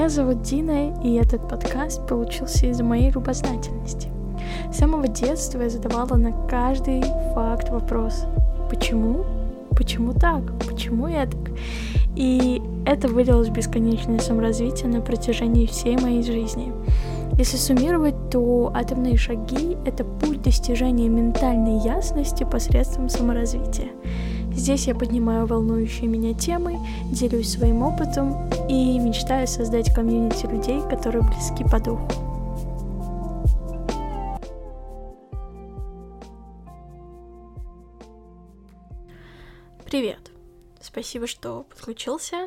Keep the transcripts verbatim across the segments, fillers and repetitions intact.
Меня зовут Дина, и этот подкаст получился из-за моей любознательности. С самого детства я задавала на каждый факт вопрос: почему? Почему так? Почему я так? И это вылилось в бесконечное саморазвитие на протяжении всей моей жизни. Если суммировать, то атомные шаги — это путь достижения ментальной ясности посредством саморазвития. Здесь я поднимаю волнующие меня темы, делюсь своим опытом и мечтаю создать комьюнити людей, которые близки по духу. Привет! Спасибо, что подключился.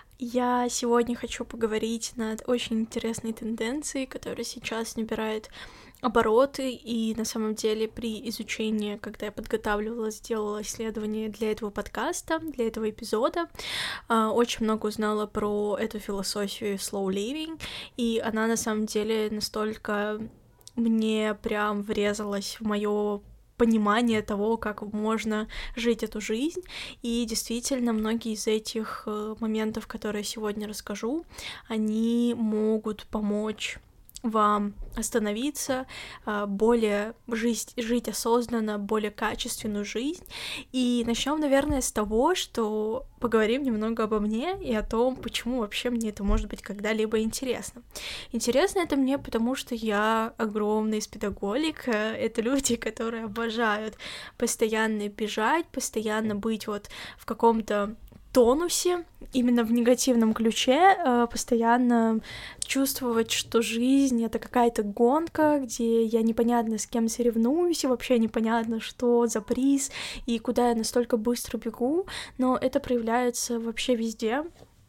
Я сегодня хочу поговорить над очень интересной тенденцией, которая сейчас набирает обороты, и на самом деле при изучении, когда я подготавливала, сделала исследование для этого подкаста, для этого эпизода, очень много узнала про эту философию slow living, и она на самом деле настолько мне прям врезалась в моё понимание того, как можно жить эту жизнь, и действительно многие из этих моментов, которые я сегодня расскажу, они могут помочь вам остановиться, более жить, жить осознанно, более качественную жизнь. И начнем, наверное, с того, что поговорим немного обо мне и о том, почему вообще мне это может быть когда-либо интересно. Интересно это мне, потому что я огромный спидоголик. Это люди, которые обожают постоянно бежать, постоянно быть вот в каком-то тонусе, именно в негативном ключе, постоянно чувствовать, что жизнь — это какая-то гонка, где я непонятно с кем соревнуюсь, и вообще непонятно, что за приз, и куда я настолько быстро бегу, но это проявляется вообще везде.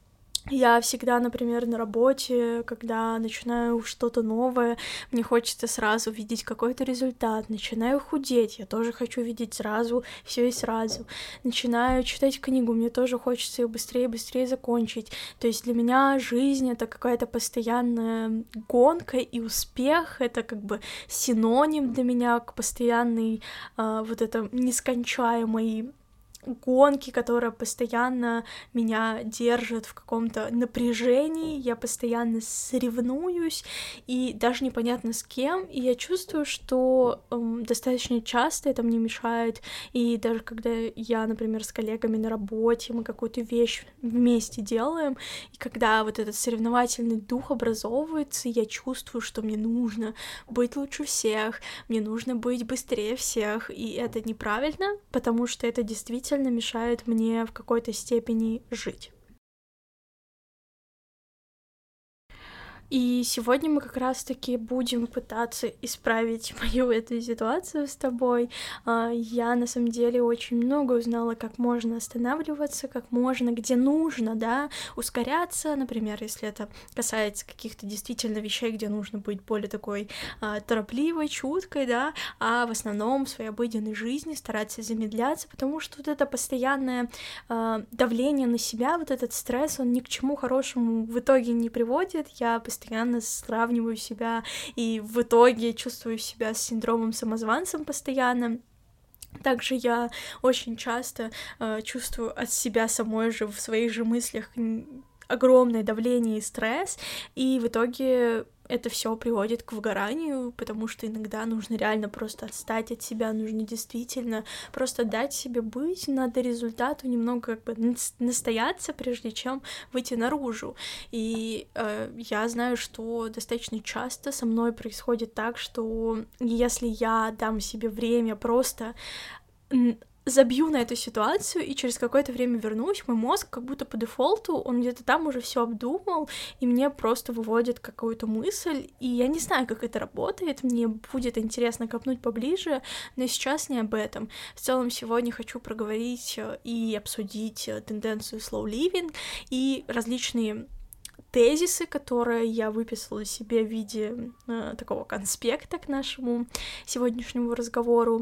Я всегда, например, на работе, когда начинаю что-то новое, мне хочется сразу видеть какой-то результат. Начинаю худеть, я тоже хочу видеть сразу все и сразу. Начинаю читать книгу, мне тоже хочется ее быстрее и быстрее закончить. То есть для меня жизнь — это какая-то постоянная гонка, и успех — это как бы синоним для меня к постоянной э, вот это нескончаемой гонки, которая постоянно меня держит в каком-то напряжении, я постоянно соревнуюсь, и даже непонятно с кем, и я чувствую, что эм, достаточно часто это мне мешает, и даже когда я, например, с коллегами на работе, мы какую-то вещь вместе делаем, и когда вот этот соревновательный дух образовывается, я чувствую, что мне нужно быть лучше всех, мне нужно быть быстрее всех, и это неправильно, потому что это действительно мешает мне в какой-то степени жить. И сегодня мы как раз-таки будем пытаться исправить мою эту ситуацию с тобой. Я, на самом деле, очень много узнала, как можно останавливаться, как можно, где нужно, да, ускоряться, например, если это касается каких-то действительно вещей, где нужно быть более такой торопливой, чуткой, да, а в основном в своей обыденной жизни стараться замедляться, потому что вот это постоянное давление на себя, вот этот стресс, он ни к чему хорошему в итоге не приводит. Я постоянно сравниваю себя и в итоге чувствую себя с синдромом самозванцем постоянно. Также я очень часто э, чувствую от себя самой же в своих же мыслях огромное давление и стресс, и в итоге это все приводит к выгоранию, потому что иногда нужно реально просто отстать от себя, нужно действительно просто дать себе быть, надо результату немного как бы настояться, прежде чем выйти наружу. И э, я знаю, что достаточно часто со мной происходит так, что если я дам себе время просто забью на эту ситуацию и через какое-то время вернусь, мой мозг как будто по дефолту, он где-то там уже все обдумал, и мне просто выводит какую-то мысль, и я не знаю, как это работает, мне будет интересно копнуть поближе, но сейчас не об этом. В целом сегодня хочу проговорить и обсудить тенденцию slow living и различные тезисы, которые я выписала себе в виде э, такого конспекта к нашему сегодняшнему разговору.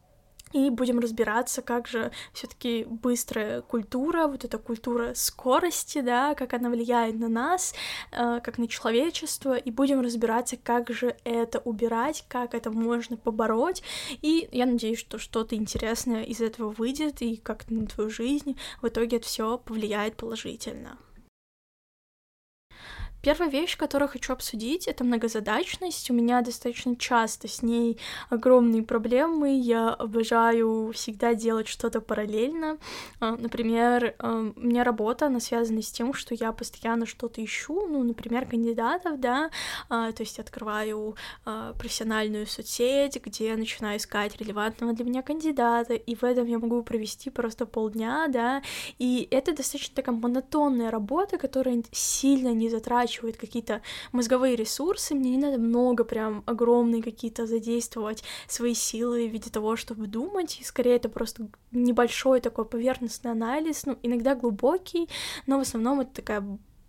И будем разбираться, как же все-таки быстрая культура, вот эта культура скорости, да, как она влияет на нас, э, как на человечество, и будем разбираться, как же это убирать, как это можно побороть, и я надеюсь, что что-то интересное из этого выйдет, и как на твою жизнь в итоге это все повлияет положительно. Первая вещь, которую хочу обсудить, это многозадачность. У меня достаточно часто с ней огромные проблемы. Я обожаю всегда делать что-то параллельно. Например, у меня работа, она связана с тем, что я постоянно что-то ищу, ну, например, кандидатов, да, то есть открываю профессиональную соцсеть, где я начинаю искать релевантного для меня кандидата, и в этом я могу провести просто полдня, да, и это достаточно такая монотонная работа, которая сильно не затрачивает какие-то мозговые ресурсы, мне не надо много, прям огромные какие-то задействовать свои силы в виде того, чтобы думать, и скорее это просто небольшой такой поверхностный анализ, ну, иногда глубокий, но в основном это такая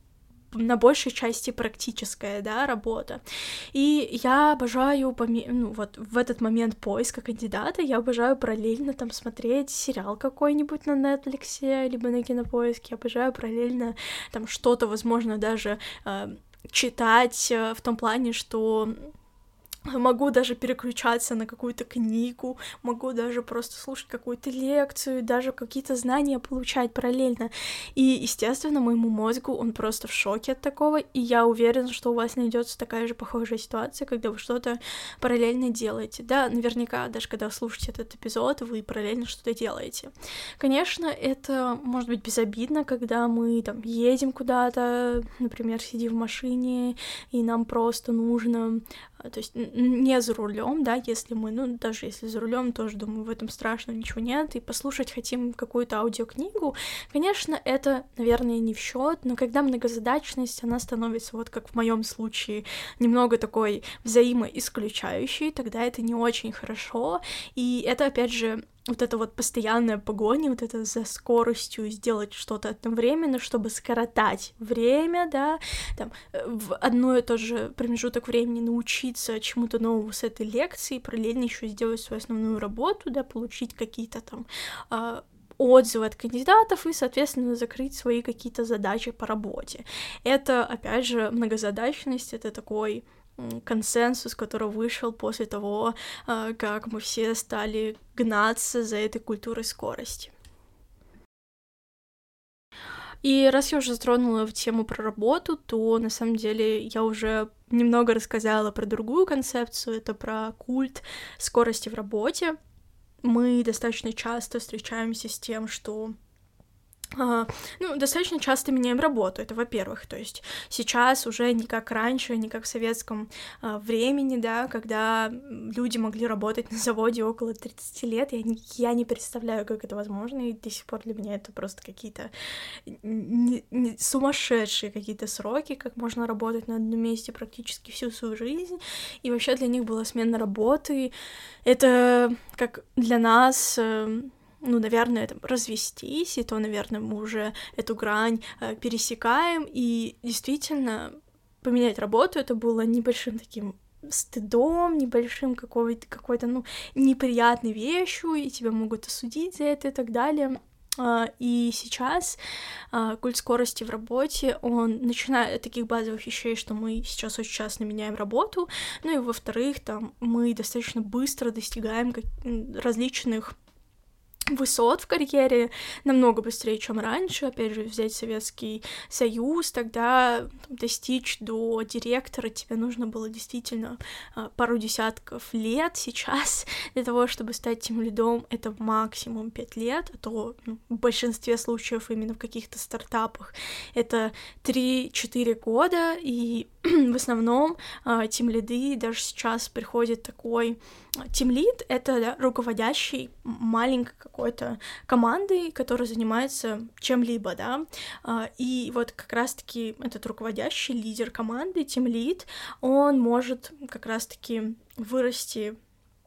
на большей части практическая, да, работа. И я обожаю, поме... ну, вот в этот момент поиска кандидата, я обожаю параллельно там смотреть сериал какой-нибудь на Netflix, либо на Кинопоиске, я обожаю параллельно там что-то, возможно, даже э, читать э, в том плане, что могу даже переключаться на какую-то книгу, могу даже просто слушать какую-то лекцию, даже какие-то знания получать параллельно. И, естественно, моему мозгу он просто в шоке от такого, и я уверена, что у вас найдется такая же похожая ситуация, когда вы что-то параллельно делаете. Да, наверняка, даже когда вы слушаете этот эпизод, вы параллельно что-то делаете. Конечно, это может быть безобидно, когда мы там едем куда-то, например, сидим в машине, и нам просто нужно, то есть не за рулем, да, если мы, ну, даже если за рулем, тоже, думаю, в этом страшного ничего нет, и послушать хотим какую-то аудиокнигу, конечно, это, наверное, не в счет, но когда многозадачность, она становится, вот как в моем случае, немного такой взаимоисключающей, тогда это не очень хорошо, и это, опять же, вот эта вот постоянная погоня, вот это за скоростью сделать что-то одновременно, чтобы скоротать время, да, там, в одно и то же промежуток времени научиться чему-то новому с этой лекции, параллельно еще сделать свою основную работу, да, получить какие-то там отзывы от кандидатов и, соответственно, закрыть свои какие-то задачи по работе. Это, опять же, многозадачность, это такой консенсус, который вышел после того, как мы все стали гнаться за этой культурой скорости. И раз я уже затронула тему про работу, то на самом деле я уже немного рассказала про другую концепцию, это про культ скорости в работе. Мы достаточно часто встречаемся с тем, что Uh, ну, достаточно часто меняем работу, это во-первых, то есть сейчас уже не как раньше, не как в советском uh, времени, да, когда люди могли работать на заводе около тридцати лет, я не, я не представляю, как это возможно, и до сих пор для меня это просто какие-то не, не, сумасшедшие какие-то сроки, как можно работать на одном месте практически всю свою жизнь, и вообще для них была смена работы, это как для нас... Uh, ну, наверное, там, развестись, и то, наверное, мы уже эту грань э, пересекаем, и действительно поменять работу это было небольшим таким стыдом, небольшим какой-то, какой-то, ну, неприятной вещью, и тебя могут осудить за это и так далее. Uh, и сейчас uh, культ скорости в работе, он начинает от таких базовых вещей, что мы сейчас очень часто меняем работу, ну и, во-вторых, там, мы достаточно быстро достигаем как- различных высот в карьере намного быстрее, чем раньше. Опять же, взять Советский Союз, тогда там, достичь до директора тебе нужно было действительно пару десятков лет. Сейчас для того, чтобы стать тимлидом, это максимум пять лет, а то ну, в большинстве случаев именно в каких-то стартапах это три-четыре года, и в основном тимлиды даже сейчас приходит такой... Тимлид — это да, руководящий маленькой какой-то командой, которая занимается чем-либо, да, и вот как раз-таки этот руководящий лидер команды, тимлид, он может как раз-таки вырасти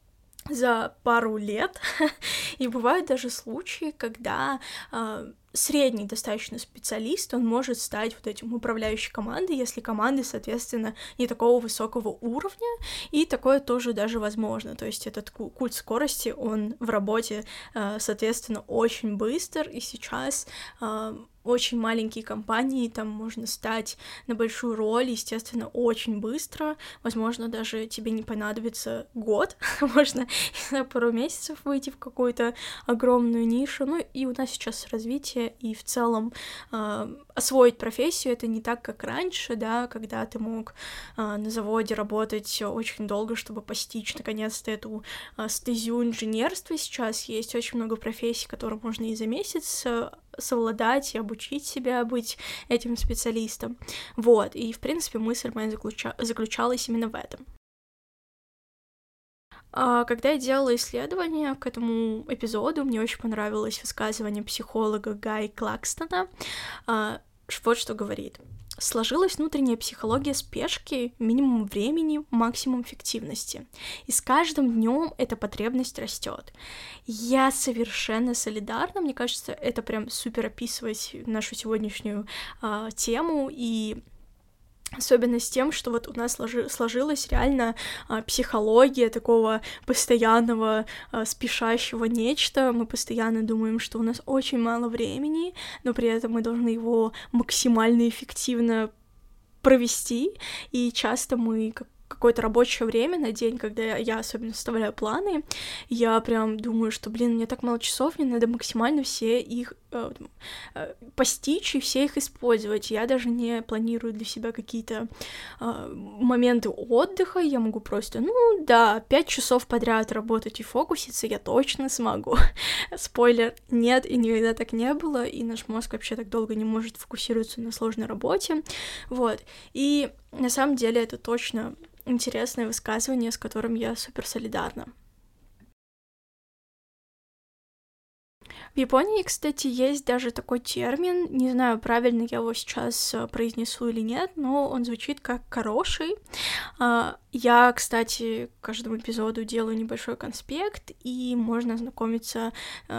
за пару лет, и бывают даже случаи, когда э, средний достаточно специалист, он может стать вот этим управляющей командой, если команды, соответственно, не такого высокого уровня, и такое тоже даже возможно, то есть этот культ скорости, он в работе, э, соответственно, очень быстр, и сейчас э, очень маленькие компании, там можно стать на большую роль, естественно, очень быстро. Возможно, даже тебе не понадобится год, можно, не знаю, пару месяцев выйти в какую-то огромную нишу. Ну и у нас сейчас развитие, и в целом э, освоить профессию — это не так, как раньше, да, когда ты мог э, на заводе работать очень долго, чтобы постичь наконец-то эту э, стезю инженерства. Сейчас есть очень много профессий, которые можно и за месяц э, совладать и обучить себя быть этим специалистом. Вот, и, в принципе, мысль моя заключа... заключалась именно в этом. А, когда я делала исследование к этому эпизоду, мне очень понравилось высказывание психолога Гай Клакстона. А, вот что говорит. Сложилась внутренняя психология спешки, минимум времени, максимум эффективности. И с каждым днем эта потребность растет. Я совершенно солидарна, мне кажется, это прям супер описывает нашу сегодняшнюю а, тему, и особенно с тем, что вот у нас сложи- сложилась реально а, психология такого постоянного а, спешащего нечто. Мы постоянно думаем, что у нас очень мало времени, но при этом мы должны его максимально эффективно провести, и часто мы как какое-то рабочее время на день, когда я особенно составляю планы, я прям думаю, что, блин, мне так мало часов, мне надо максимально все их э, э, постичь и все их использовать. Я даже не планирую для себя какие-то э, моменты отдыха, я могу просто, ну да, пять часов подряд работать и фокуситься я точно смогу. Спойлер, нет, и никогда так не было, и наш мозг вообще так долго не может фокусироваться на сложной работе, вот. И на самом деле это точно интересное высказывание, с которым я супер солидарна. В Японии, кстати, есть даже такой термин, не знаю, правильно я его сейчас произнесу или нет, но он звучит как «хороший». Я, кстати, к каждому эпизоду делаю небольшой конспект, и можно ознакомиться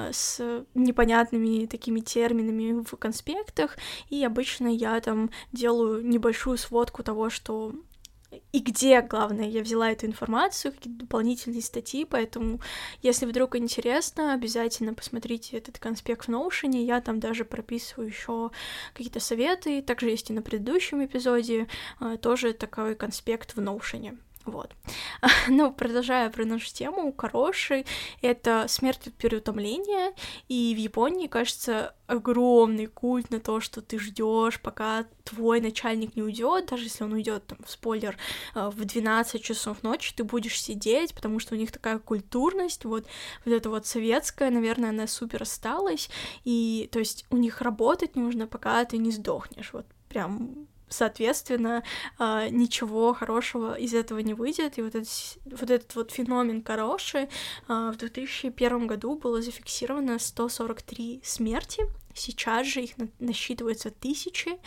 с непонятными такими терминами в конспектах, и обычно я там делаю небольшую сводку того, что и где, главное, я взяла эту информацию, какие-то дополнительные статьи, поэтому, если вдруг интересно, обязательно посмотрите этот конспект в Notion, я там даже прописываю еще какие-то советы, также есть и на предыдущем эпизоде, тоже такой конспект в Notion. Вот. Ну, продолжая про нашу тему, Кароши — это смерть от переутомления, и в Японии, кажется, огромный культ на то, что ты ждешь, пока твой начальник не уйдет, даже если он уйдет, там, спойлер, в двенадцать часов ночи, ты будешь сидеть, потому что у них такая культурность, вот, вот эта вот советская, наверное, она супер осталась, и, то есть, у них работать нужно, пока ты не сдохнешь, вот, прям... Соответственно, ничего хорошего из этого не выйдет, и вот этот вот, этот вот феномен Кароши в две тысячи первом году было зафиксировано сто сорок три смерти, сейчас же их насчитывается тысячи,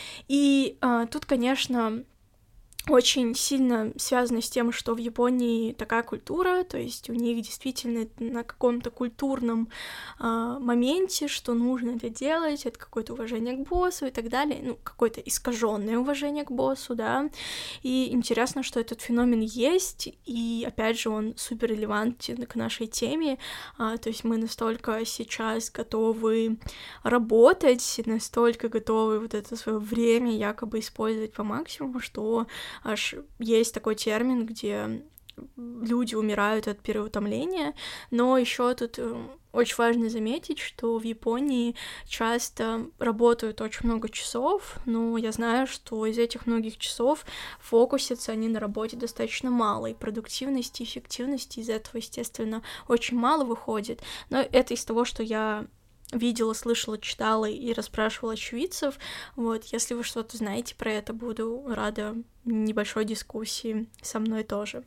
и тут, конечно, очень сильно связано с тем, что в Японии такая культура, то есть у них действительно на каком-то культурном э, моменте, что нужно это делать, это какое-то уважение к боссу и так далее, ну, какое-то искаженное уважение к боссу, да, и интересно, что этот феномен есть, и, опять же, он супер релевантен к нашей теме, э, то есть мы настолько сейчас готовы работать, настолько готовы вот это свое время якобы использовать по максимуму, что аж есть такой термин, где люди умирают от переутомления, но еще тут очень важно заметить, что в Японии часто работают очень много часов, но я знаю, что из этих многих часов фокусятся они на работе достаточно мало, и продуктивности, эффективности из этого, естественно, очень мало выходит, но это из того, что я видела, слышала, читала и расспрашивала очевидцев. Вот, если вы что-то знаете про это, буду рада небольшой дискуссии со мной тоже.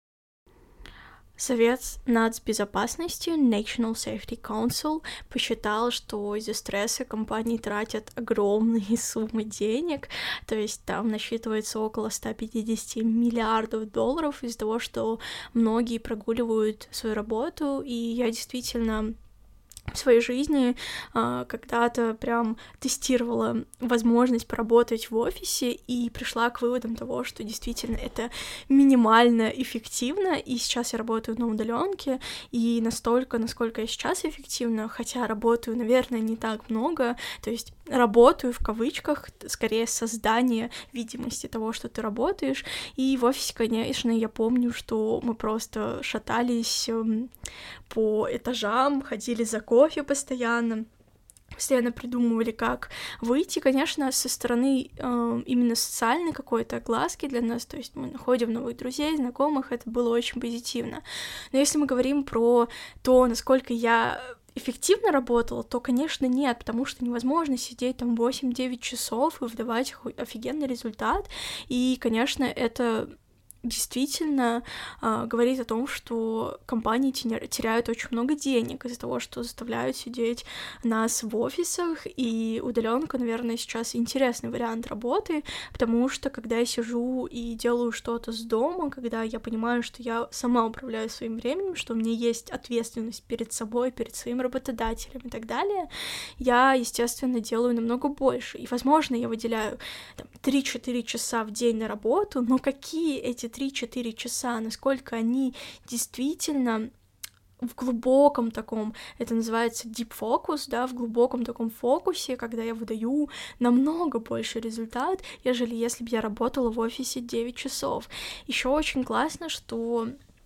Совет нацбезопасности National Safety Council посчитал, что из-за стресса компании тратят огромные суммы денег, то есть там насчитывается около сто пятьдесят миллиардов долларов из-за того, что многие прогуливают свою работу, и я действительно в своей жизни э, когда-то прям тестировала возможность поработать в офисе и пришла к выводам того, что действительно это минимально эффективно, и сейчас я работаю на удаленке, и настолько, насколько я сейчас эффективна, хотя работаю, наверное, не так много, то есть работаю в кавычках, скорее создание видимости того, что ты работаешь, и в офисе, конечно, я помню, что мы просто шатались по этажам, ходили за кофе постоянно, постоянно придумывали, как выйти, конечно, со стороны э, именно социальной какой-то огласки для нас, то есть мы находим новых друзей, знакомых, это было очень позитивно. Но если мы говорим про то, насколько я эффективно работала, то, конечно, нет, потому что невозможно сидеть там восемь-девять часов и выдавать офигенный результат, и, конечно, это действительно э, говорит о том, что компании теряют очень много денег из-за того, что заставляют сидеть нас в офисах, и удаленка, наверное, сейчас интересный вариант работы, потому что когда я сижу и делаю что-то с дома, когда я понимаю, что я сама управляю своим временем, что у меня есть ответственность перед собой, перед своим работодателем и так далее, я, естественно, делаю намного больше, и, возможно, я выделяю там, три-четыре часа в день на работу, но какие эти три-четыре часа, насколько они действительно в глубоком таком, это называется deep focus, да, в глубоком таком фокусе, когда я выдаю намного больше результат, ежели если бы я работала в офисе девять часов. Еще очень классно, что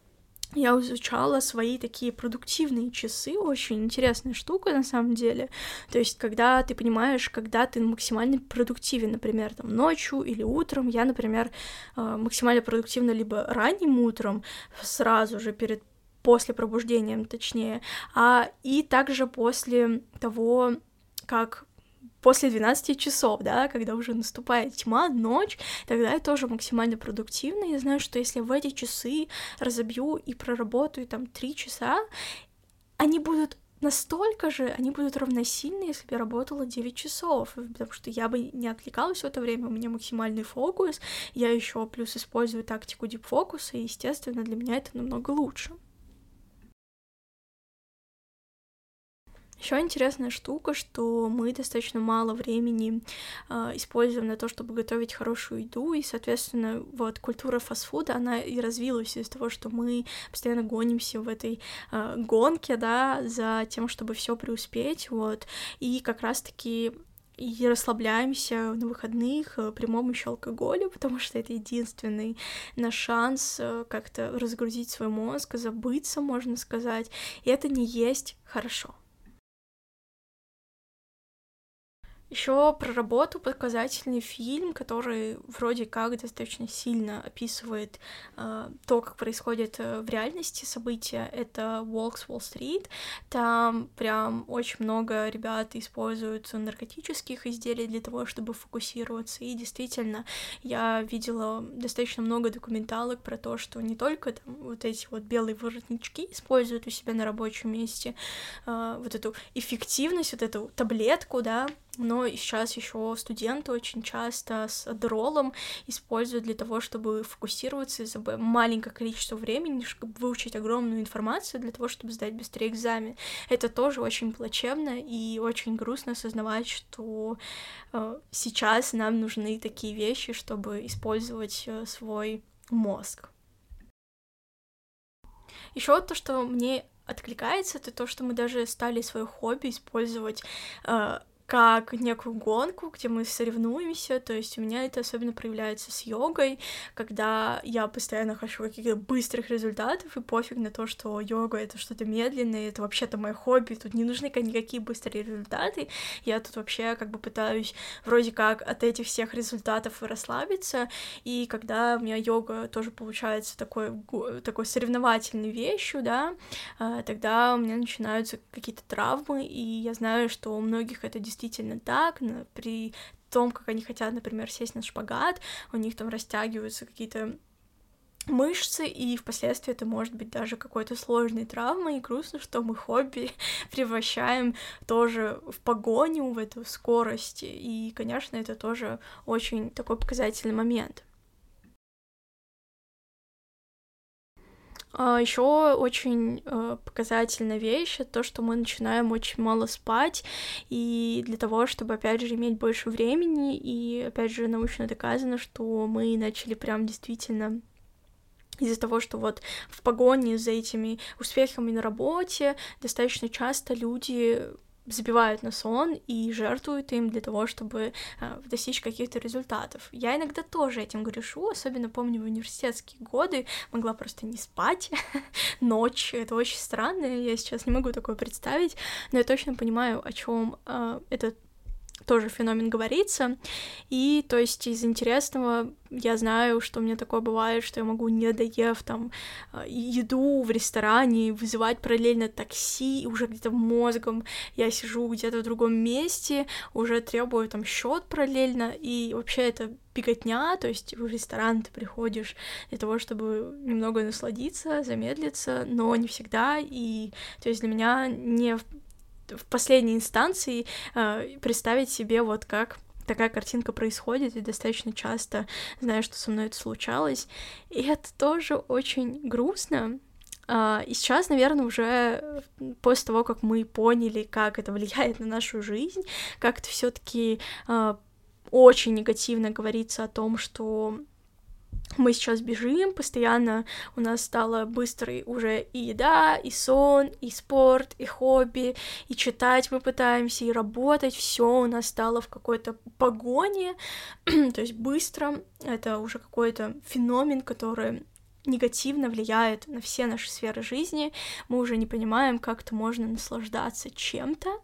я изучала свои такие продуктивные часы, очень интересная штука на самом деле, то есть когда ты понимаешь, когда ты максимально продуктивен, например, там ночью или утром, я, например, максимально продуктивна либо ранним утром, сразу же перед после пробуждения, точнее, а и также после того, как после двенадцати часов, да, когда уже наступает тьма, ночь, тогда я тоже максимально продуктивна. Я знаю, что если в эти часы разобью и проработаю там три часа, они будут настолько же, они будут равносильны, если бы я работала девять часов, потому что я бы не отвлекалась в это время, у меня максимальный фокус, я еще плюс использую тактику дипфокуса, и, естественно, для меня это намного лучше. Еще интересная штука, что мы достаточно мало времени э, используем на то, чтобы готовить хорошую еду, и, соответственно, вот культура фастфуда, она и развилась из-за того, что мы постоянно гонимся в этой э, гонке, да, за тем, чтобы все преуспеть, вот, и как раз-таки и расслабляемся на выходных при помощи алкоголя, потому что это единственный наш шанс как-то разгрузить свой мозг, забыться, можно сказать, и это не есть хорошо. Еще про работу показательный фильм, который вроде как достаточно сильно описывает э, то, как происходит э, в реальности события. Это «Волк с Уолл-стрит». Там прям очень много ребят используют наркотических изделий для того, чтобы фокусироваться. И действительно, я видела достаточно много документалок про то, что не только там вот эти вот белые воротнички используют у себя на рабочем месте, э, вот эту эффективность, вот эту таблетку, да, но сейчас еще студенты очень часто с адderall'ом используют для того, чтобы фокусироваться из-за маленького количества времени, чтобы выучить огромную информацию для того, чтобы сдать быстрее экзамен. Это тоже очень плачевно и очень грустно осознавать, что э, сейчас нам нужны такие вещи, чтобы использовать э, свой мозг. Еще то, что мне откликается, это то, что мы даже стали свое хобби использовать э, как некую гонку, где мы соревнуемся, то есть у меня это особенно проявляется с йогой, когда я постоянно хочу каких-то быстрых результатов, и пофиг на то, что йога — это что-то медленное, это вообще-то мое хобби, тут не нужны никакие быстрые результаты, я тут вообще как бы пытаюсь вроде как от этих всех результатов и расслабиться, и когда у меня йога тоже получается такой, такой соревновательной вещью, да, тогда у меня начинаются какие-то травмы, и я знаю, что у многих это действительно действительно так, при том, как они хотят, например, сесть на шпагат, у них там растягиваются какие-то мышцы, и впоследствии это может быть даже какой-то сложной травмой, и грустно, что мы хобби превращаем тоже в погоню, в эту скорость, и, конечно, это тоже очень такой показательный момент. Еще очень э, показательная вещь — это то, что мы начинаем очень мало спать, и для того, чтобы, опять же, иметь больше времени, и, опять же, научно доказано, что мы начали прям действительно из-за того, что вот в погоне за этими успехами на работе достаточно часто люди забивают на сон и жертвуют им для того, чтобы э, достичь каких-то результатов. Я иногда тоже этим грешу, особенно помню в университетские годы, могла просто не спать ночь, это очень странно, я сейчас не могу такое представить, но я точно понимаю, о чем э, этот тоже феномен говорится, и, то есть, из интересного я знаю, что у меня такое бывает, что я могу, не доев там еду в ресторане, вызывать параллельно такси, и уже где-то мозгом я сижу где-то в другом месте, уже требую там счет параллельно, и вообще это беготня, то есть в ресторан ты приходишь для того, чтобы немного насладиться, замедлиться, но не всегда, и, то есть, для меня не в последней инстанции э, представить себе вот как такая картинка происходит, и достаточно часто знаю, что со мной это случалось, и это тоже очень грустно. Uh, и сейчас, наверное, уже после того, как мы поняли, как это влияет на нашу жизнь, как это все-таки uh, очень негативно говорится о том, что мы сейчас бежим, постоянно у нас стало быстрой уже и еда, и сон, и спорт, и хобби, и читать мы пытаемся, и работать, все у нас стало в какой-то погоне, то есть быстро, это уже какой-то феномен, который негативно влияет на все наши сферы жизни, мы уже не понимаем, как-то можно наслаждаться чем-то,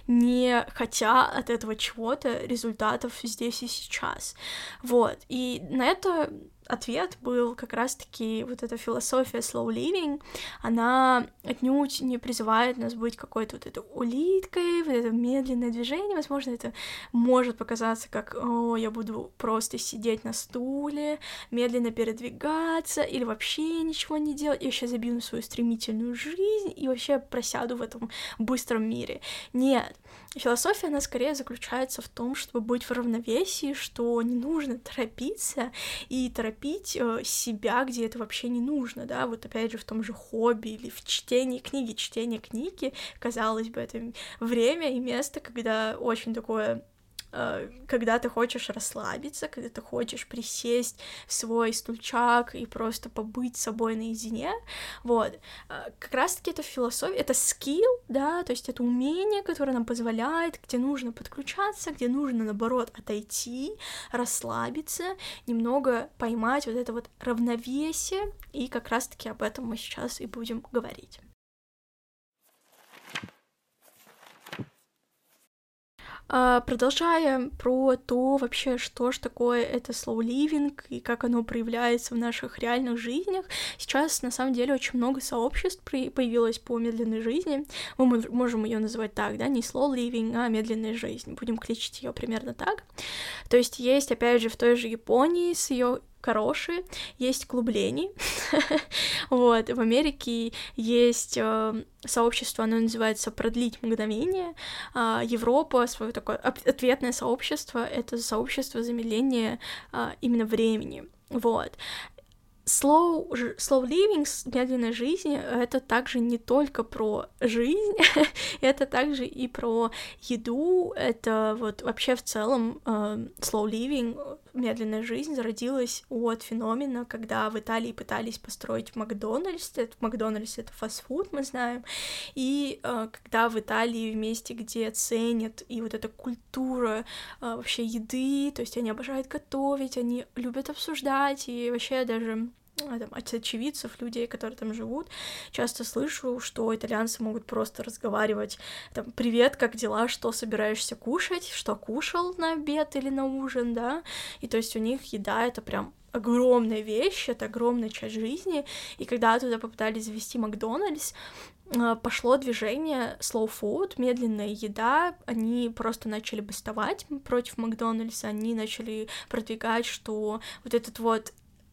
не хотя от этого чего-то результатов здесь и сейчас. Вот, и на это ответ был как раз-таки вот эта философия slow living, она отнюдь не призывает нас быть какой-то вот этой улиткой, вот это медленное движение, возможно, это может показаться как, о, я буду просто сидеть на стуле, медленно передвигаться, или вообще ничего не делать, я сейчас забью на свою стремительную жизнь и вообще просяду в этом быстром мире. Нет, философия, она скорее заключается в том, чтобы быть в равновесии, что не нужно торопиться и торопить себя, где это вообще не нужно, да, вот опять же в том же хобби или в чтении книги, чтение книги, казалось бы, это время и место, когда очень такое, когда ты хочешь расслабиться, когда ты хочешь присесть в свой стульчак и просто побыть с собой наедине, вот, как раз-таки это философия, это скилл, да, то есть это умение, которое нам позволяет, где нужно подключаться, где нужно, наоборот, отойти, расслабиться, немного поймать вот это вот равновесие, и как раз-таки об этом мы сейчас и будем говорить. Продолжая про то вообще, что ж такое это slow living и как оно проявляется в наших реальных жизнях, сейчас на самом деле очень много сообществ появилось по медленной жизни, мы можем ее называть так, да, не slow living, а медленная жизнь, будем кличить ее примерно так, то есть есть, опять же, в той же Японии с ее Кароши, есть клуб Лени, вот, в Америке есть э, сообщество, оно называется «Продлить мгновение», э, Европа, свое такое ответное сообщество, это сообщество замедления э, именно времени, вот. Slow, slow living, медленная жизнь, это также не только про жизнь, это также и про еду, это вот вообще в целом э, slow living, медленная жизнь зародилась от феномена, когда в Италии пытались построить Макдональдс, это, Макдональдс — это фастфуд, мы знаем, и э, когда в Италии, в месте, где ценят, и вот эта культура э, вообще еды, то есть они обожают готовить, они любят обсуждать, и вообще даже там, от очевидцев, людей, которые там живут, часто слышу, что итальянцы могут просто разговаривать, там, привет, как дела, что собираешься кушать, что кушал на обед или на ужин, да, и то есть у них еда — это прям огромная вещь, это огромная часть жизни, и когда туда попытались завести Макдональдс, пошло движение slow food, медленная еда, они просто начали бастовать против Макдональдса, они начали продвигать, что вот этот вот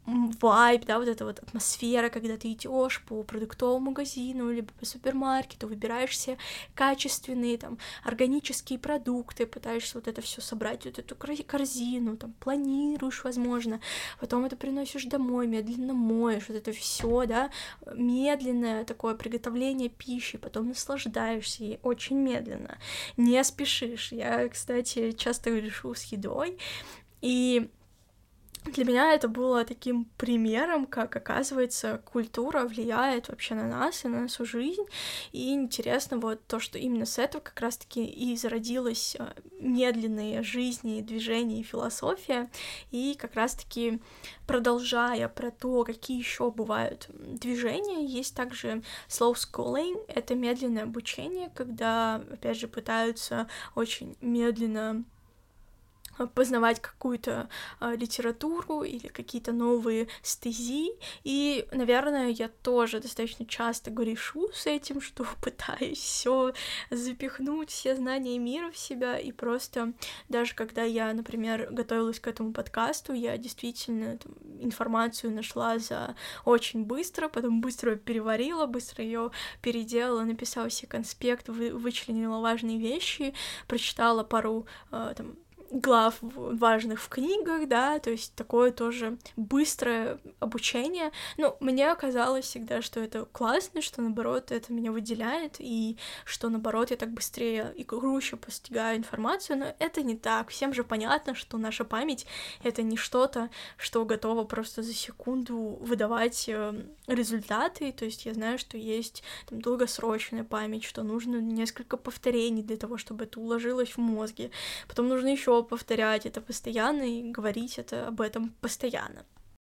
вайб, да, вот эта вот атмосфера, когда ты идешь по продуктовому магазину, либо по супермаркету, выбираешь себе качественные, там, органические продукты, пытаешься вот это все собрать, вот эту корзину, там, планируешь, возможно, потом это приносишь домой, медленно моешь, вот это все, да, медленное такое приготовление пищи, потом наслаждаешься ей очень медленно, не спешишь. Я, кстати, часто грешу с едой, и для меня это было таким примером, как, оказывается, культура влияет вообще на нас и на нашу жизнь. И интересно вот то, что именно с этого как раз-таки и зародилась медленные жизни, движения и философия. И как раз-таки продолжая про то, какие еще бывают движения, есть также slow schooling, это медленное обучение, когда, опять же, пытаются очень медленно познавать какую-то э, литературу или какие-то новые стези, и, наверное, я тоже достаточно часто грешу с этим, что пытаюсь все запихнуть, все знания мира в себя, и просто даже когда я, например, готовилась к этому подкасту, я действительно там, информацию нашла за очень быстро, потом быстро ее переварила, быстро ее переделала, написала себе конспект, вы, вычленила важные вещи, прочитала пару э, там глав важных в книгах, да, то есть такое тоже быстрое обучение. Ну, мне казалось всегда, что это классно, что, наоборот, это меня выделяет, и что, наоборот, я так быстрее и круче постигаю информацию, но это не так. Всем же понятно, что наша память — это не что-то, что готово просто за секунду выдавать результаты, то есть я знаю, что есть там долгосрочная память, что нужно несколько повторений для того, чтобы это уложилось в мозге, потом нужно еще повторять это постоянно и говорить это об этом постоянно.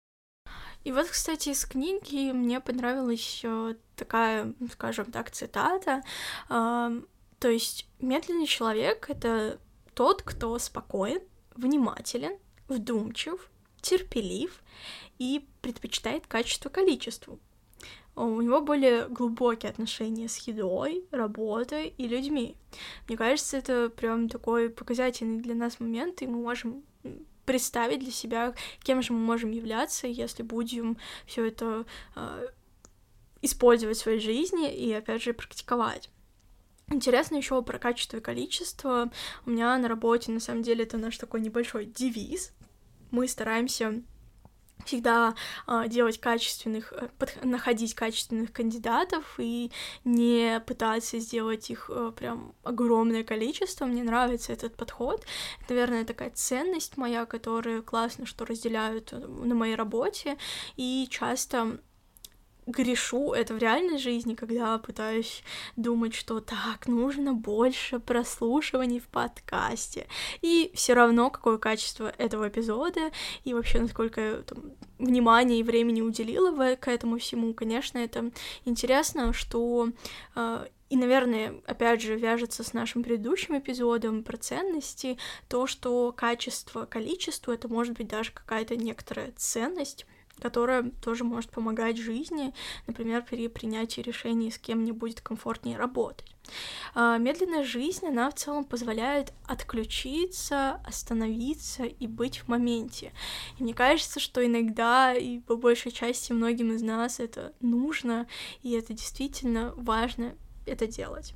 И вот, кстати, из книги мне понравилась такая, скажем так, цитата. То есть медленный человек — это тот, кто спокоен, внимателен, вдумчив, терпелив и предпочитает качество количеству. У него более глубокие отношения с едой, работой и людьми. Мне кажется, это прям такой показательный для нас момент, и мы можем представить для себя, кем же мы можем являться, если будем все это э, использовать в своей жизни и, опять же, практиковать. Интересно еще про качество и количество. У меня на работе, на самом деле, это наш такой небольшой девиз. Мы стараемся всегда э, делать качественных, под, находить качественных кандидатов и не пытаться сделать их э, прям огромное количество. Мне нравится этот подход. Это, наверное, такая ценность моя, которую классно, что разделяют на моей работе, и часто грешу это в реальной жизни, когда пытаюсь думать, что так, нужно больше прослушиваний в подкасте. И все равно, какое качество этого эпизода, и вообще, насколько я там внимания и времени уделила в, к этому всему, конечно, это интересно, что... Э, И, наверное, опять же, вяжется с нашим предыдущим эпизодом про ценности, то, что качество, количество — это может быть даже какая-то некоторая ценность, которая тоже может помогать жизни, например, при принятии решений, с кем мне будет комфортнее работать. Медленная жизнь, она в целом позволяет отключиться, остановиться и быть в моменте. И мне кажется, что иногда, и по большей части многим из нас это нужно, и это действительно важно это делать.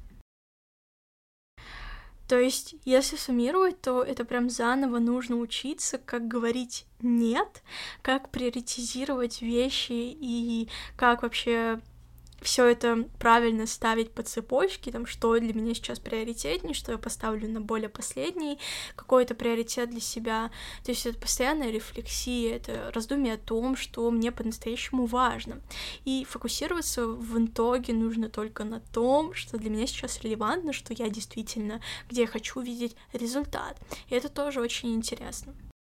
То есть, если суммировать, то это прям заново нужно учиться, как говорить «нет», как приоритизировать вещи и как вообще все это правильно ставить по цепочке, там, что для меня сейчас приоритетнее, что я поставлю на более последний какой-то приоритет для себя. То есть это постоянная рефлексия, это раздумие о том, что мне по-настоящему важно. И фокусироваться в итоге нужно только на том, что для меня сейчас релевантно, что я действительно, где я хочу видеть результат. И это тоже очень интересно.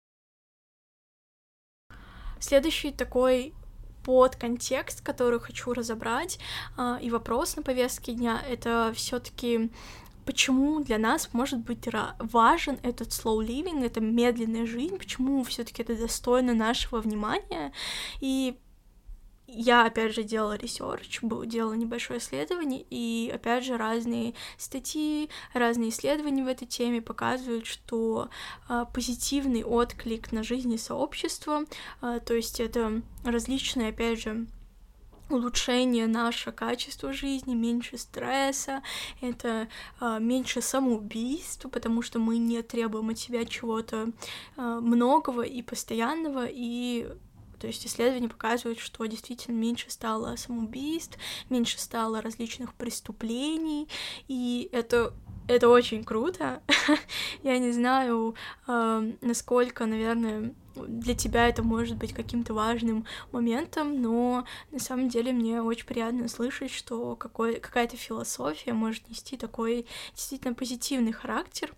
Следующий такой под контекст, который хочу разобрать, и вопрос на повестке дня — это все-таки почему для нас может быть важен этот slow living, эта медленная жизнь, почему все-таки это достойно нашего внимания. И я, опять же, делала ресерч, делала небольшое исследование, и, опять же, разные статьи, разные исследования в этой теме показывают, что а, позитивный отклик на жизнь и сообщество, а, то есть это различные, опять же, улучшение нашего качества жизни, меньше стресса, это э, меньше самоубийств, потому что мы не требуем от себя чего-то э, многого и постоянного, и то есть исследования показывают, что действительно меньше стало самоубийств, меньше стало различных преступлений, и это это очень круто. Я не знаю, э, насколько, наверное, для тебя это может быть каким-то важным моментом, но на самом деле мне очень приятно слышать, что какой, какая-то философия может нести такой действительно позитивный характер.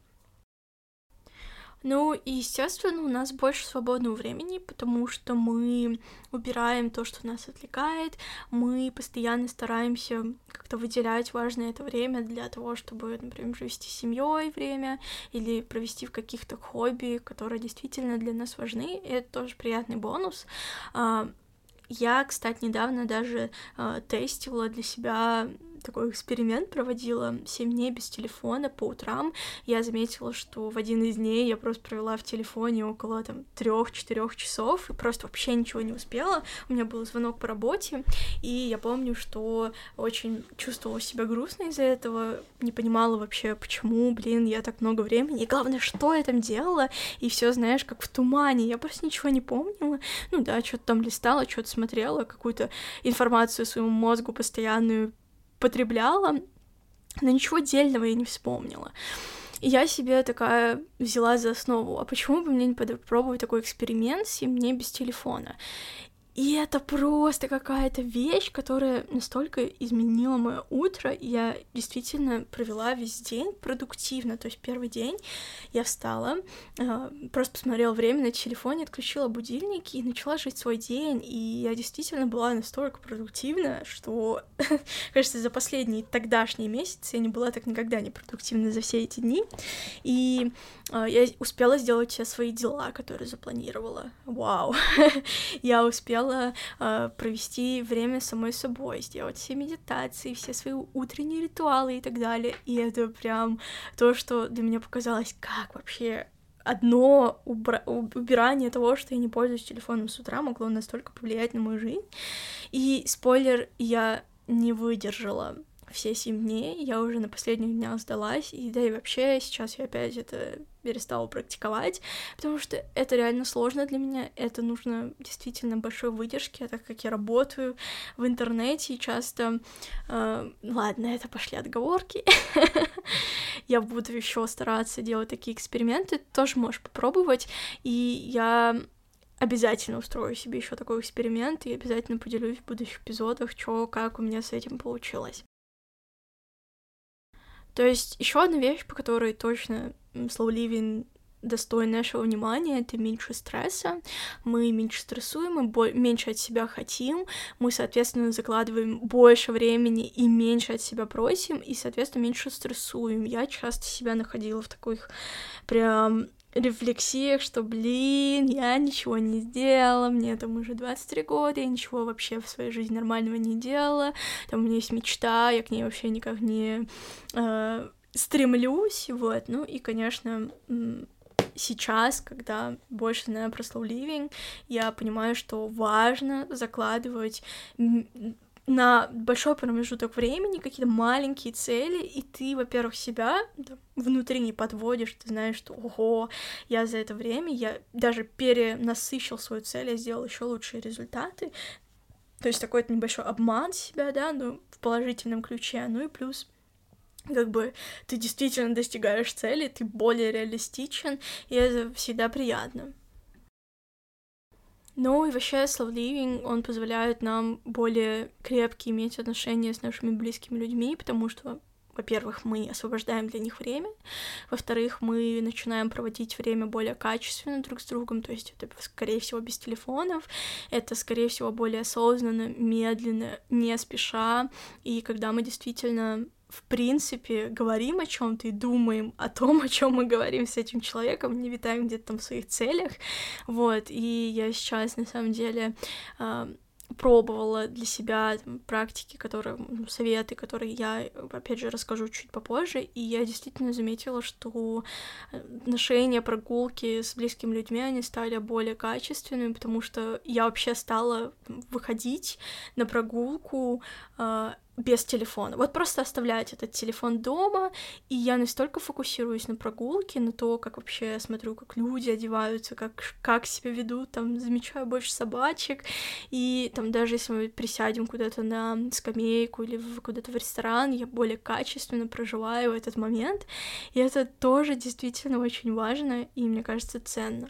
Ну, и, естественно, у нас больше свободного времени, потому что мы убираем то, что нас отвлекает, мы постоянно стараемся как-то выделять важное это время для того, чтобы, например, провести с семьей время или провести в каких-то хобби, которые действительно для нас важны, и это тоже приятный бонус. Я, кстати, недавно даже тестила для себя такой эксперимент, проводила семь дней без телефона по утрам. Я заметила, что в один из дней я просто провела в телефоне около там трех-четырех часов и просто вообще ничего не успела. У меня был звонок по работе, и я помню, что очень чувствовала себя грустно из-за этого, не понимала вообще, почему, блин, я так много времени, и главное, что я там делала, и все, знаешь, как в тумане, я просто ничего не помнила. Ну да, что-то там листала, что-то смотрела, какую-то информацию своему мозгу постоянную потребляла, но ничего дельного я не вспомнила. И я себе такая взяла за основу, а почему бы мне не попробовать такой эксперимент семь дней без телефона? И это просто какая-то вещь, которая настолько изменила мое утро, и я действительно провела весь день продуктивно, то есть первый день я встала, просто посмотрела время на телефоне, отключила будильник и начала жить свой день, и я действительно была настолько продуктивна, что, кажется, за последние тогдашние месяцы я не была так никогда не продуктивна за все эти дни, и я успела сделать все свои дела, которые запланировала. Вау! Я успела Uh, провести время с самой собой, сделать все медитации, все свои утренние ритуалы и так далее. И это прям то, что для меня показалось, как вообще одно убра- убирание того, что я не пользуюсь телефоном с утра, могло настолько повлиять на мою жизнь. И спойлер, я не выдержала все семь дней, я уже на последних днях сдалась, и да и вообще сейчас я опять это перестала практиковать, потому что это реально сложно для меня, это нужно действительно большой выдержки, так как я работаю в интернете и часто... Э, ладно, это пошли отговорки. Я буду еще стараться делать такие эксперименты, тоже можешь попробовать, и я... обязательно устрою себе еще такой эксперимент и обязательно поделюсь в будущих эпизодах, что, как у меня с этим получилось. То есть еще одна вещь, по которой точно slow living достоин нашего внимания, это меньше стресса, мы меньше стрессуем, мы бо- меньше от себя хотим, мы, соответственно, закладываем больше времени и меньше от себя просим, и, соответственно, меньше стрессуем. Я часто себя находила в таких прям рефлексиях, что, блин, я ничего не сделала, мне там уже двадцать три года, я ничего вообще в своей жизни нормального не делала, там у меня есть мечта, я к ней вообще никак не э, стремлюсь, вот, ну и, конечно, сейчас, когда больше знаю про slow living, я понимаю, что важно закладывать на большой промежуток времени какие-то маленькие цели, и ты, во-первых, себя да, внутри не подводишь, ты знаешь, что ого, я за это время, я даже перенасыщил свою цель, я сделал еще лучшие результаты, то есть такой небольшой обман себя, да, но в положительном ключе, ну и плюс как бы ты действительно достигаешь цели, ты более реалистичен, и это всегда приятно. Ну и вообще slow living, он позволяет нам более крепкие иметь отношения с нашими близкими людьми, потому что, во-первых, мы освобождаем для них время, во-вторых, мы начинаем проводить время более качественно друг с другом, то есть это, скорее всего, без телефонов, это, скорее всего, более осознанно, медленно, не спеша, и когда мы действительно в принципе, говорим о чем-то и думаем о том, о чем мы говорим с этим человеком, не витаем где-то там в своих целях, вот, и я сейчас, на самом деле, пробовала для себя там, практики, которые, ну, советы, которые я, опять же, расскажу чуть попозже, и я действительно заметила, что отношения, прогулки с близкими людьми, они стали более качественными, потому что я вообще стала выходить на прогулку э, без телефона. Вот просто оставлять этот телефон дома, и я настолько фокусируюсь на прогулке, на то, как вообще я смотрю, как люди одеваются, как, как себя ведут, там, замечаю больше собачек, и там даже если мы присядем куда-то на скамейку или в, куда-то в ресторан, я более качественно проживаю этот момент, и это тоже действительно очень важно, и, мне кажется, ценно.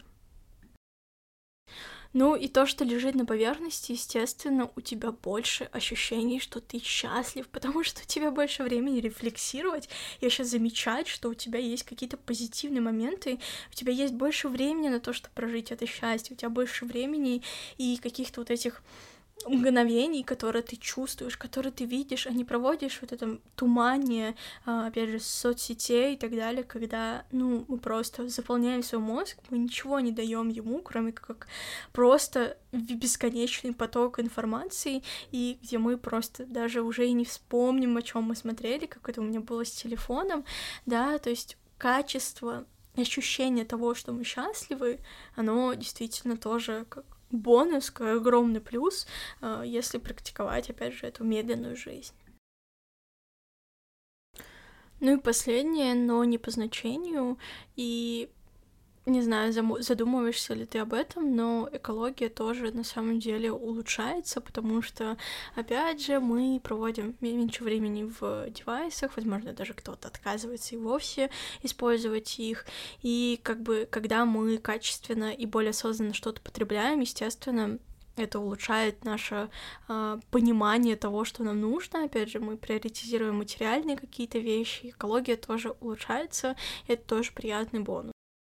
Ну и то, что лежит на поверхности, естественно, у тебя больше ощущений, что ты счастлив, потому что у тебя больше времени рефлексировать и вообще замечать, что у тебя есть какие-то позитивные моменты, у тебя есть больше времени на то, чтобы прожить это счастье, у тебя больше времени и каких-то вот этих мгновений, которые ты чувствуешь, которые ты видишь, а не проводишь вот этом тумане, опять же, соцсетей и так далее, когда, ну, мы просто заполняем свой мозг, мы ничего не даем ему, кроме как просто бесконечный поток информации, и где мы просто даже уже и не вспомним, о чем мы смотрели, как это у меня было с телефоном, да, то есть качество, ощущение того, что мы счастливы, оно действительно тоже как бонус, огромный плюс, если практиковать, опять же, эту медленную жизнь. Ну и последнее, но не по значению, и не знаю, задумываешься ли ты об этом, но экология тоже на самом деле улучшается, потому что, опять же, мы проводим меньше времени в девайсах, возможно, даже кто-то отказывается и вовсе использовать их, и как бы, когда мы качественно и более осознанно что-то потребляем, естественно, это улучшает наше э, понимание того, что нам нужно. Опять же, мы приоритизируем материальные какие-то вещи, экология тоже улучшается, и это тоже приятный бонус.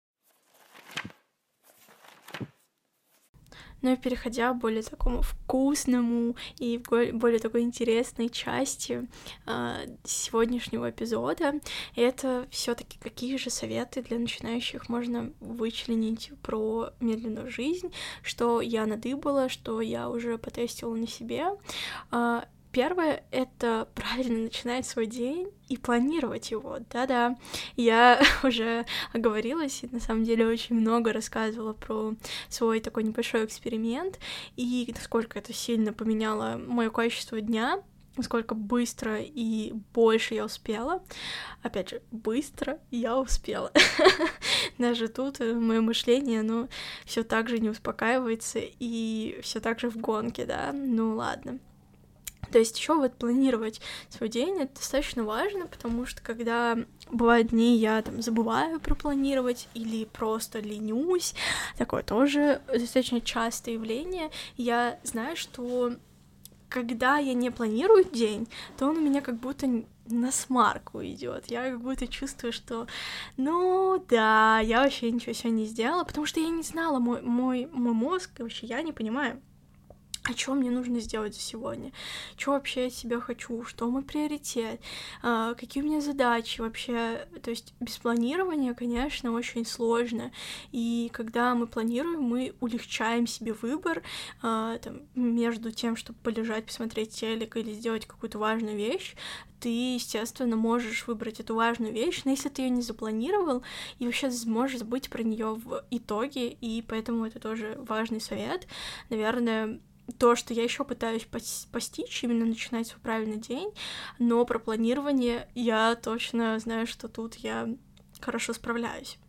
Ну и переходя к более такому вкусному и более такой интересной части э, сегодняшнего эпизода, это все таки какие же советы для начинающих можно вычленить про медленную жизнь, что я надыбала, что я уже потестила на себе. Э, Первое — это правильно начинать свой день и планировать его, да-да. Я уже оговорилась и, на самом деле, очень много рассказывала про свой такой небольшой эксперимент и насколько это сильно поменяло моё качество дня, насколько быстро и больше я успела. Опять же, быстро я успела. Даже тут моё мышление, оно всё так же не успокаивается и всё так же в гонке, да, ну ладно. То есть еще вот планировать свой день — это достаточно важно, потому что когда бывают дни, я там забываю пропланировать или просто ленюсь, такое тоже достаточно частое явление. Я знаю, что когда я не планирую день, то он у меня как будто на смарку идет. Я как будто чувствую, что, ну да, я вообще ничего сегодня не сделала, потому что я не знала, мой, мой, мой мозг, вообще я не понимаю, а что мне нужно сделать за сегодня, что вообще я себя хочу, что мой приоритет, а, какие у меня задачи вообще, то есть без планирования, конечно, очень сложно, и когда мы планируем, мы улегчаем себе выбор а, там, между тем, чтобы полежать, посмотреть телек или сделать какую-то важную вещь. Ты, естественно, можешь выбрать эту важную вещь, но если ты ее не запланировал, и вообще сможешь забыть про нее в итоге, и поэтому это тоже важный совет, наверное. То, что я еще пытаюсь постичь, именно начинать свой правильный день, но про планирование я точно знаю, что тут я хорошо справляюсь.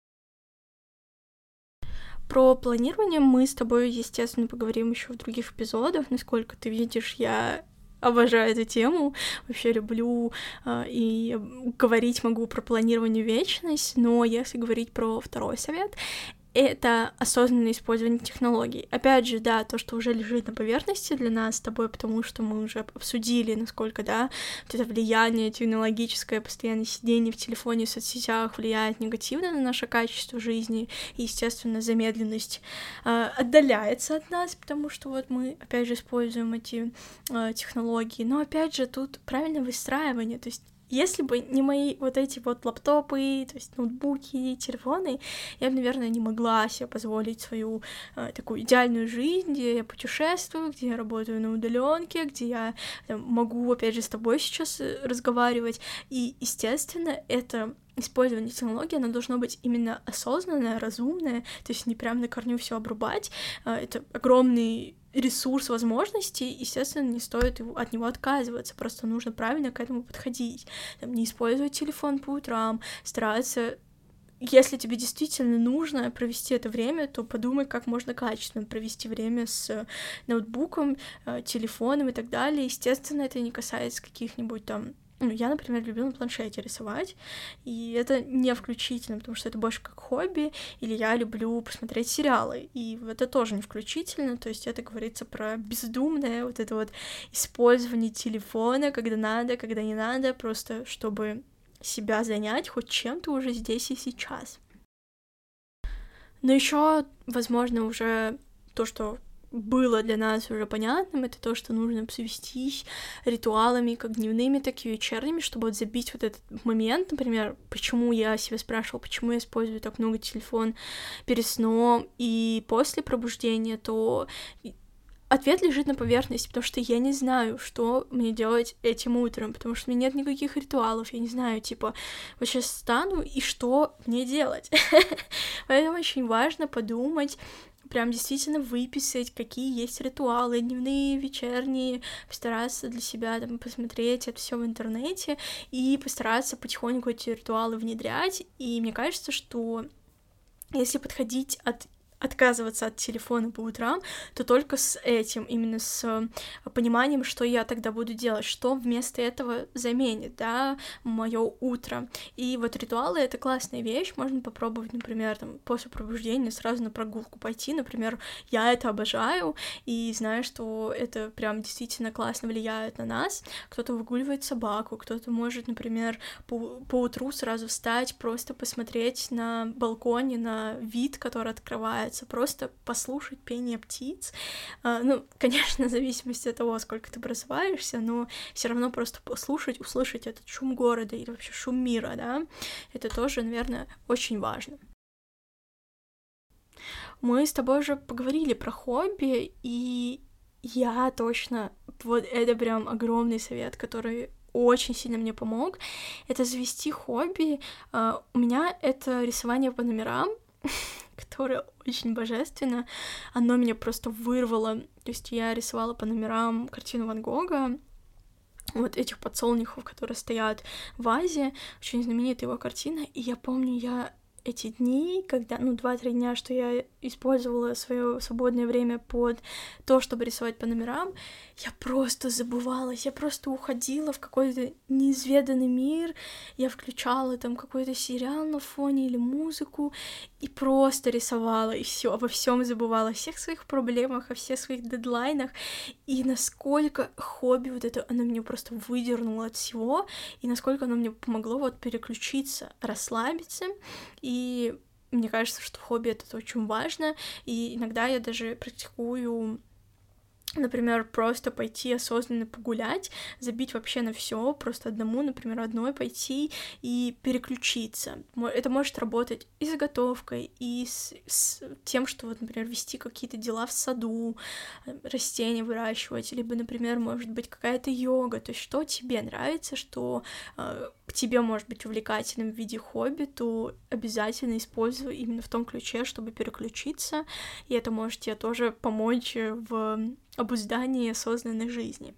Про планирование мы с тобой, естественно, поговорим еще в других эпизодах. Насколько ты видишь, я обожаю эту тему, вообще люблю э, и говорить могу про планирование вечность, но если говорить про второй совет, это осознанное использование технологий. Опять же, да, то, что уже лежит на поверхности для нас с тобой, потому что мы уже обсудили, насколько, да, вот это влияние технологическое, постоянное сидение в телефоне, в соцсетях влияет негативно на наше качество жизни, и, естественно, замедленность э, отдаляется от нас, потому что вот мы, опять же, используем эти э, технологии. Но, опять же, тут правильное выстраивание, то есть Если бы не мои вот эти вот лаптопы, то есть ноутбуки, телефоны, я бы, наверное, не могла себе позволить свою э, такую идеальную жизнь, где я путешествую, где я работаю на удаленке, где я там, могу, опять же, с тобой сейчас разговаривать. И, естественно, это использование технологий, оно должно быть именно осознанное, разумное, то есть не прям на корню все обрубать. Это огромный ресурс возможностей, естественно, не стоит его, от него отказываться, просто нужно правильно к этому подходить. Там, не использовать телефон по утрам, стараться. Если тебе действительно нужно провести это время, то подумай, как можно качественно провести время с ноутбуком, телефоном и так далее. Естественно, это не касается каких-нибудь там. Ну, я, например, люблю на планшете рисовать, и это не включительно, потому что это больше как хобби, или я люблю посмотреть сериалы, и это тоже не включительно, то есть это говорится про бездумное вот это вот использование телефона, когда надо, когда не надо, просто чтобы себя занять хоть чем-то уже здесь и сейчас. Но еще, возможно, уже то, что было для нас уже понятным, это то, что нужно обзавестись ритуалами, как дневными, так и вечерними, чтобы вот забить вот этот момент, например, почему я себя спрашивала, почему я использую так много телефон перед сном и после пробуждения, то ответ лежит на поверхности, потому что я не знаю, что мне делать этим утром, потому что у меня нет никаких ритуалов, я не знаю, типа, вот сейчас встану, и что мне делать? Поэтому очень важно подумать, прям действительно выписать, какие есть ритуалы, дневные, вечерние, постараться для себя там посмотреть это все в интернете и постараться потихоньку эти ритуалы внедрять. И мне кажется, что если подходить от отказываться от телефона по утрам, то только с этим, именно с пониманием, что я тогда буду делать, что вместо этого заменит, да, мое утро. И вот ритуалы — это классная вещь, можно попробовать, например, там, после пробуждения сразу на прогулку пойти, например, я это обожаю, и знаю, что это прям действительно классно влияет на нас. Кто-то выгуливает собаку, кто-то может, например, по, по утру сразу встать, просто посмотреть на балконе, на вид, который открывается, просто послушать пение птиц. А, ну, конечно, в зависимости от того, сколько ты просыпаешься, но все равно просто послушать, услышать этот шум города или вообще шум мира, да, это тоже, наверное, очень важно. Мы с тобой уже поговорили про хобби, и я точно, вот это прям огромный совет, который очень сильно мне помог, это завести хобби. Uh, у меня это рисование по номерам, которое очень божественно, оно меня просто вырвало, то есть я рисовала по номерам картину Ван Гога, вот этих подсолнухов, которые стоят в вазе, очень знаменитая его картина, и я помню, я эти дни, когда, ну, два-три дня, что я использовала свое свободное время под то, чтобы рисовать по номерам, я просто забывалась, я просто уходила в какой-то неизведанный мир, я включала там какой-то сериал на фоне или музыку и просто рисовала, и все, обо всем забывала, о всех своих проблемах, о всех своих дедлайнах, и насколько хобби вот это, оно меня просто выдернуло от всего, и насколько оно мне помогло вот переключиться, расслабиться, и мне кажется, что хобби — это очень важно, и иногда я даже практикую, например, просто пойти осознанно погулять, забить вообще на все, просто одному, например, одной пойти и переключиться. Это может работать и с готовкой, и с, с тем, что, вот, например, вести какие-то дела в саду, растения выращивать, либо, например, может быть какая-то йога, то есть что тебе нравится, что э, тебе может быть увлекательным в виде хобби, то обязательно используй именно в том ключе, чтобы переключиться, и это может тебе тоже помочь в обуздании осознанной жизни.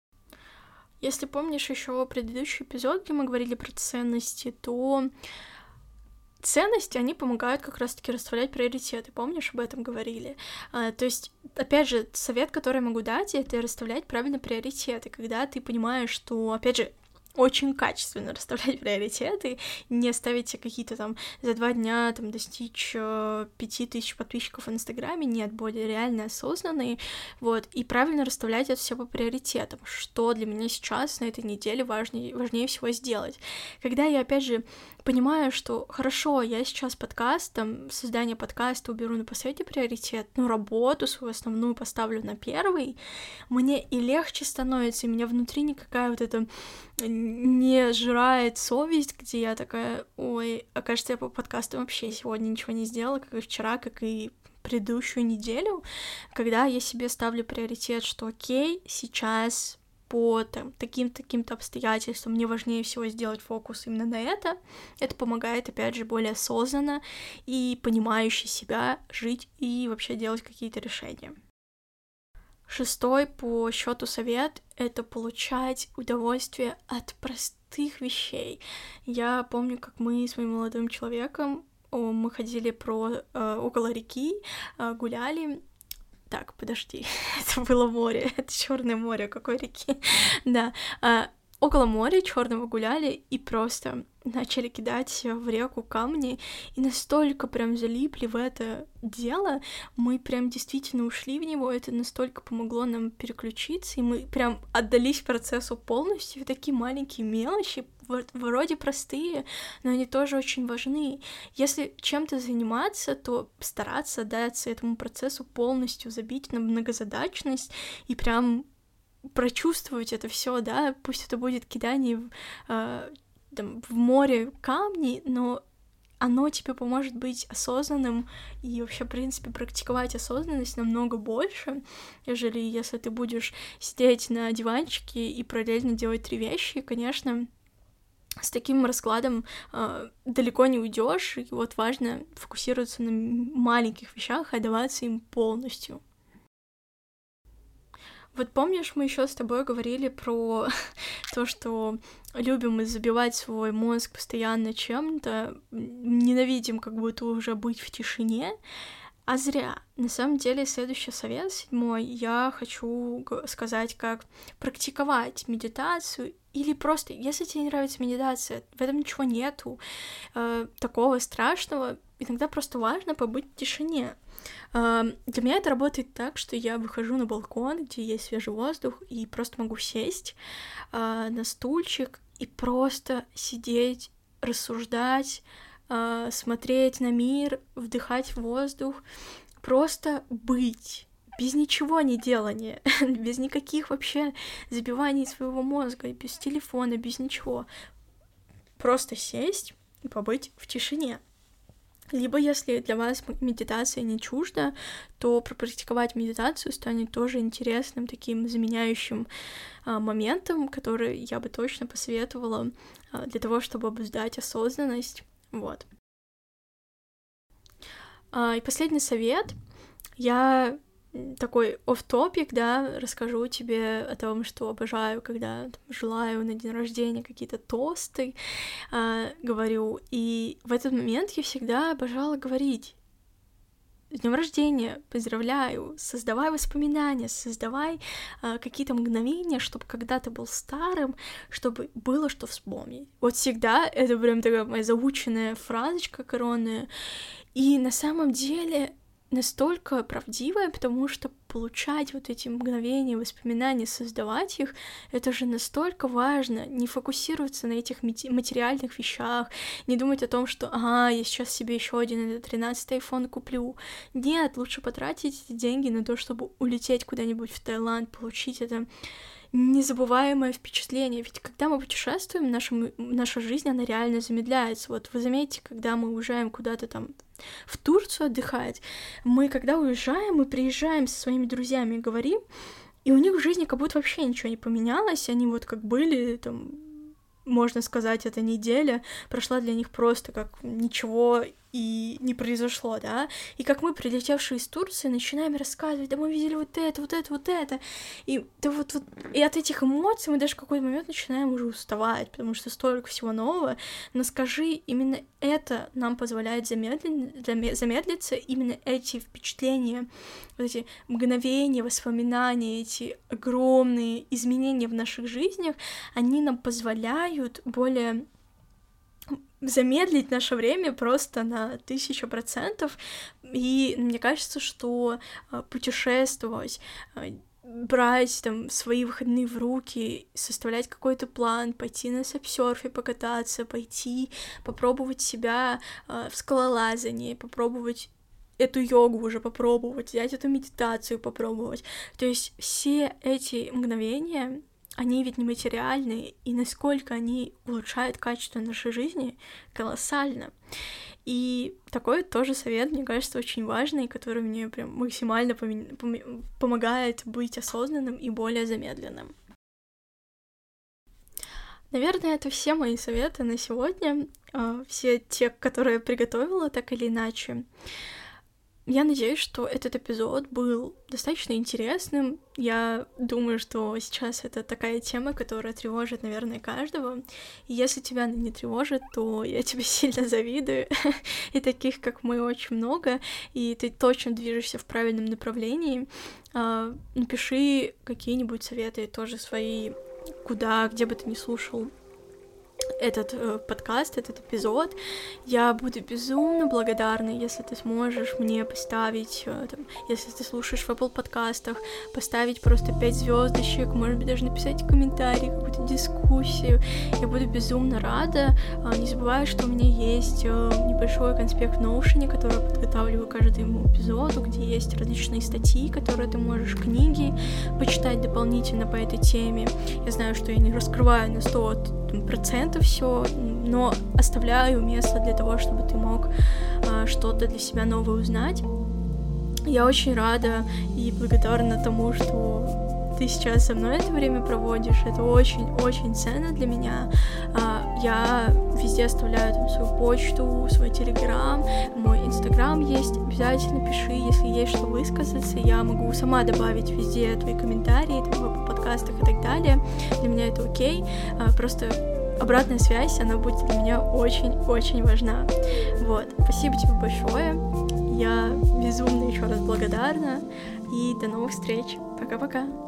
Если помнишь еще предыдущий эпизод, где мы говорили про ценности, то ценности, они помогают как раз-таки расставлять приоритеты, помнишь, об этом говорили? А, то есть, опять же, совет, который я могу дать, это расставлять правильно приоритеты, когда ты понимаешь, что, опять же, очень качественно расставлять приоритеты, не ставить себе какие-то там за два дня там достичь э, пяти тысяч подписчиков в Инстаграме, нет, более реально осознанные, вот, и правильно расставлять это все по приоритетам, что для меня сейчас на этой неделе важнее, важнее всего сделать. Когда я, опять же, понимаю, что хорошо, я сейчас подкаст, там, создание подкаста уберу на последний приоритет, но работу свою основную поставлю на первый, мне и легче становится, и меня внутри никакая вот эта не жрает совесть, где я такая, ой, окажется, я по подкастам вообще сегодня ничего не сделала, как и вчера, как и предыдущую неделю, когда я себе ставлю приоритет, что окей, сейчас по там, таким-таким-то обстоятельствам мне важнее всего сделать фокус именно на это. Это помогает, опять же, более осознанно и понимающе себя жить и вообще делать какие-то решения. Шестой по счету совет — это получать удовольствие от простых вещей. Я помню, как мы с моим молодым человеком, о, мы ходили про э, около реки, э, гуляли. Так, подожди, это было море, это Черное море, какой реки? Да, а, около моря Черного гуляли и просто начали кидать в реку камни, и настолько прям залипли в это дело, мы прям действительно ушли в него, это настолько помогло нам переключиться, и мы прям отдались процессу полностью, такие маленькие мелочи, вроде простые, но они тоже очень важны. Если чем-то заниматься, то стараться отдаться этому процессу полностью, забить на многозадачность и прям прочувствовать это все, да, пусть это будет кидание в, э, там, в море камней, но оно тебе поможет быть осознанным и вообще, в принципе, практиковать осознанность намного больше, нежели если ты будешь сидеть на диванчике и параллельно делать три вещи. И, конечно, с таким раскладом э, далеко не уйдешь, и вот важно фокусироваться на маленьких вещах и отдаваться им полностью. Вот помнишь, мы еще с тобой говорили про то, что любим мы забивать свой мозг постоянно чем-то, ненавидим как будто уже быть в тишине, а зря. На самом деле, следующий совет, седьмой, я хочу сказать, как практиковать медитацию, или просто, если тебе не нравится медитация, в этом ничего нету э, такого страшного, иногда просто важно побыть в тишине. Uh, для меня это работает так, что я выхожу на балкон, где есть свежий воздух, и просто могу сесть uh, на стульчик и просто сидеть, рассуждать, uh, смотреть на мир, вдыхать воздух, просто быть, без ничего не делания, без никаких вообще забиваний своего мозга, без телефона, без ничего. Просто сесть и побыть в тишине. Либо, если для вас медитация не чужда, то пропрактиковать медитацию станет тоже интересным таким заменяющим а, моментом, который я бы точно посоветовала а, для того, чтобы обуздать осознанность. Вот. А, и последний совет. Я такой офф-топик, да, расскажу тебе о том, что обожаю, когда там, желаю на день рождения какие-то тосты, э, говорю, и в этот момент я всегда обожала говорить: с днем рождения, поздравляю, создавай воспоминания, создавай э, какие-то мгновения, чтобы когда ты был старым, чтобы было что вспомнить. Вот всегда это прям такая моя заученная фразочка коронная, и на самом деле настолько правдивая, потому что получать вот эти мгновения, воспоминания, создавать их, это же настолько важно, не фокусироваться на этих материальных вещах, не думать о том, что ага, я сейчас себе еще один тринадцатый айфон куплю. Нет, лучше потратить эти деньги на то, чтобы улететь куда-нибудь в Таиланд, получить это незабываемое впечатление. Ведь когда мы путешествуем, наша, наша жизнь, она реально замедляется. Вот вы заметите, когда мы уезжаем куда-то там в Турцию отдыхать, мы, когда уезжаем, мы приезжаем со своими друзьями и говорим, и у них в жизни как будто вообще ничего не поменялось, они вот как были, там, можно сказать, эта неделя прошла для них просто как ничего и не произошло, да, и как мы, прилетевшие из Турции, начинаем рассказывать: да мы видели вот это, вот это, вот это, и, да вот, вот, и от этих эмоций мы даже в какой-то момент начинаем уже уставать, потому что столько всего нового, но скажи, именно это нам позволяет замедли... замедлиться, именно эти впечатления, вот эти мгновения, воспоминания, эти огромные изменения в наших жизнях, они нам позволяют более замедлить наше время просто на тысячу процентов, и мне кажется, что путешествовать, брать там свои выходные в руки, составлять какой-то план, пойти на сапсёрфе покататься, пойти попробовать себя в скалолазании, попробовать эту йогу уже попробовать, взять эту медитацию попробовать. То есть все эти мгновения, они ведь нематериальные, и насколько они улучшают качество нашей жизни, колоссально. И такой тоже совет, мне кажется, очень важный, который мне прям максимально пом- пом- помогает быть осознанным и более замедленным. Наверное, это все мои советы на сегодня, все те, которые я приготовила, так или иначе. Я надеюсь, что этот эпизод был достаточно интересным. Я думаю, что сейчас это такая тема, которая тревожит, наверное, каждого. И если тебя она не тревожит, то я тебе сильно завидую. И таких, как мы, очень много. И ты точно движешься в правильном направлении. Напиши какие-нибудь советы тоже свои, куда, где бы ты ни слушал этот э, подкаст, этот эпизод. Я буду безумно благодарна, если ты сможешь мне поставить, э, там, если ты слушаешь в Apple подкастах, поставить просто пять звездочек, может быть, даже написать комментарий, какую-то дискуссию. Я буду безумно рада. А, не забывай, что у меня есть э, небольшой конспект в Notion, который я подготавливаю каждому эпизоду, где есть различные статьи, которые ты можешь, книги почитать дополнительно по этой теме. Я знаю, что я не раскрываю на сто процентов все, но оставляю место для того, чтобы ты мог а, что-то для себя новое узнать. Я очень рада и благодарна тому, что ты сейчас со мной это время проводишь. Это очень-очень ценно для меня. А, я везде оставляю там свою почту, свой телеграм, мой инстаграм есть. Обязательно пиши, если есть что высказаться. Я могу сама добавить везде твои комментарии, там, в подкастах и так далее. Для меня это окей. А, просто обратная связь, она будет для меня очень-очень важна. Вот. Спасибо тебе большое. Я безумно еще раз благодарна. И до новых встреч. Пока-пока.